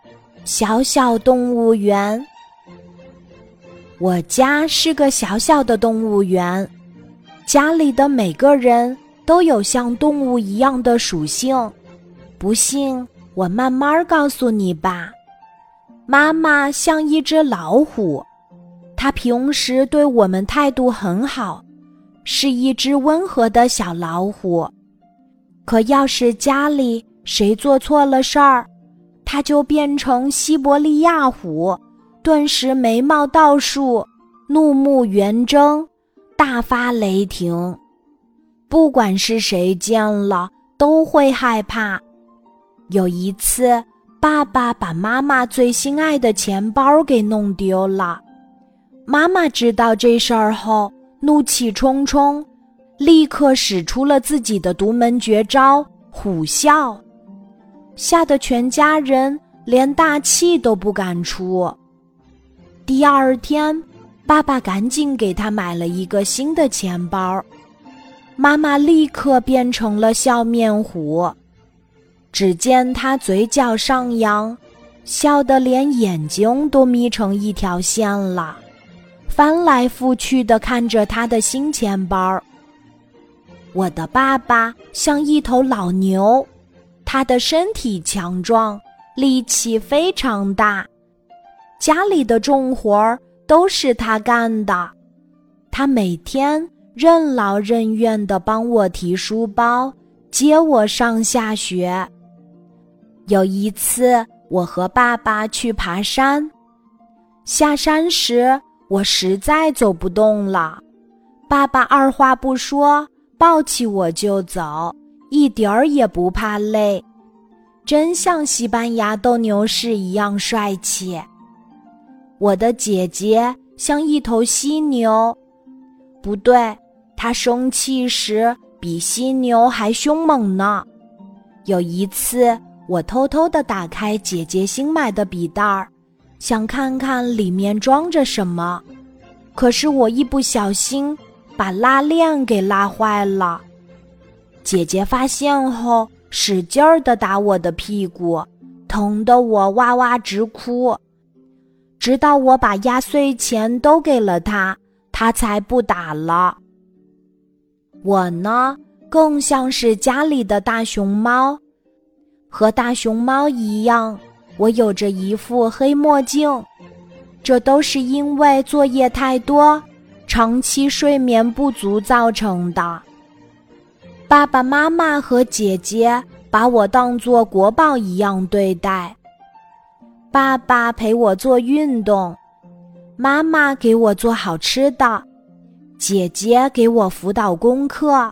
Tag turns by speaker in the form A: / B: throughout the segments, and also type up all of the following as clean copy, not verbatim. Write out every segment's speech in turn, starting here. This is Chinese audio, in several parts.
A: 小小动物园。我家是个小小的动物园，家里的每个人都有像动物一样的属性。不信，我慢慢告诉你吧。妈妈像一只老虎，她平时对我们态度很好，是一只温和的小老虎。可要是家里谁做错了事儿，它就变成西伯利亚虎，顿时眉毛倒竖，怒目圆睁，大发雷霆。不管是谁见了都会害怕。有一次，爸爸把妈妈最心爱的钱包给弄丢了。妈妈知道这事儿后，怒气冲冲，立刻使出了自己的独门绝招虎啸，吓得全家人连大气都不敢出。第二天，爸爸赶紧给他买了一个新的钱包，妈妈立刻变成了笑面虎。只见他嘴角上扬，笑得连眼睛都眯成一条线了，翻来覆去地看着他的新钱包。我的爸爸像一头老牛，他的身体强壮，力气非常大，家里的重活儿都是他干的。他每天任劳任怨地帮我提书包，接我上下学。有一次，我和爸爸去爬山，下山时我实在走不动了，爸爸二话不说，抱起我就走，一点儿也不怕累，真像西班牙斗牛士一样帅气。我的姐姐像一头犀牛，不对，她生气时比犀牛还凶猛呢。有一次，我偷偷地打开姐姐新买的笔袋儿，想看看里面装着什么，可是我一不小心把拉链给拉坏了。姐姐发现后，使劲儿地打我的屁股，疼得我哇哇直哭。直到我把压岁钱都给了她，她才不打了。我呢，更像是家里的大熊猫。和大熊猫一样，我有着一副黑墨镜，这都是因为作业太多，长期睡眠不足造成的。爸爸妈妈和姐姐把我当作国宝一样对待。爸爸陪我做运动，妈妈给我做好吃的，姐姐给我辅导功课。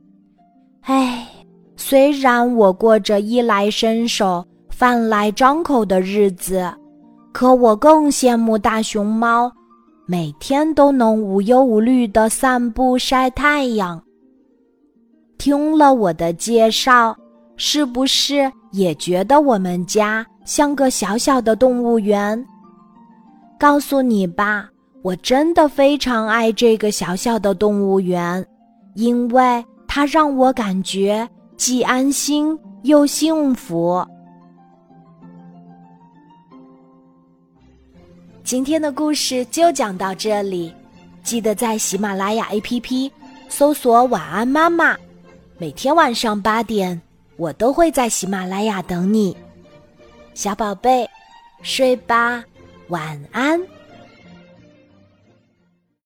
A: 虽然我过着衣来伸手、饭来张口的日子，可我更羡慕大熊猫，每天都能无忧无虑地散步晒太阳。听了我的介绍，是不是也觉得我们家像个小小的动物园？告诉你吧，我真的非常爱这个小小的动物园，因为它让我感觉既安心又幸福。今天的故事就讲到这里，记得在喜马拉雅 APP 搜索晚安妈妈，每天晚上8点，我都会在喜马拉雅等你。小宝贝，睡吧，晚安。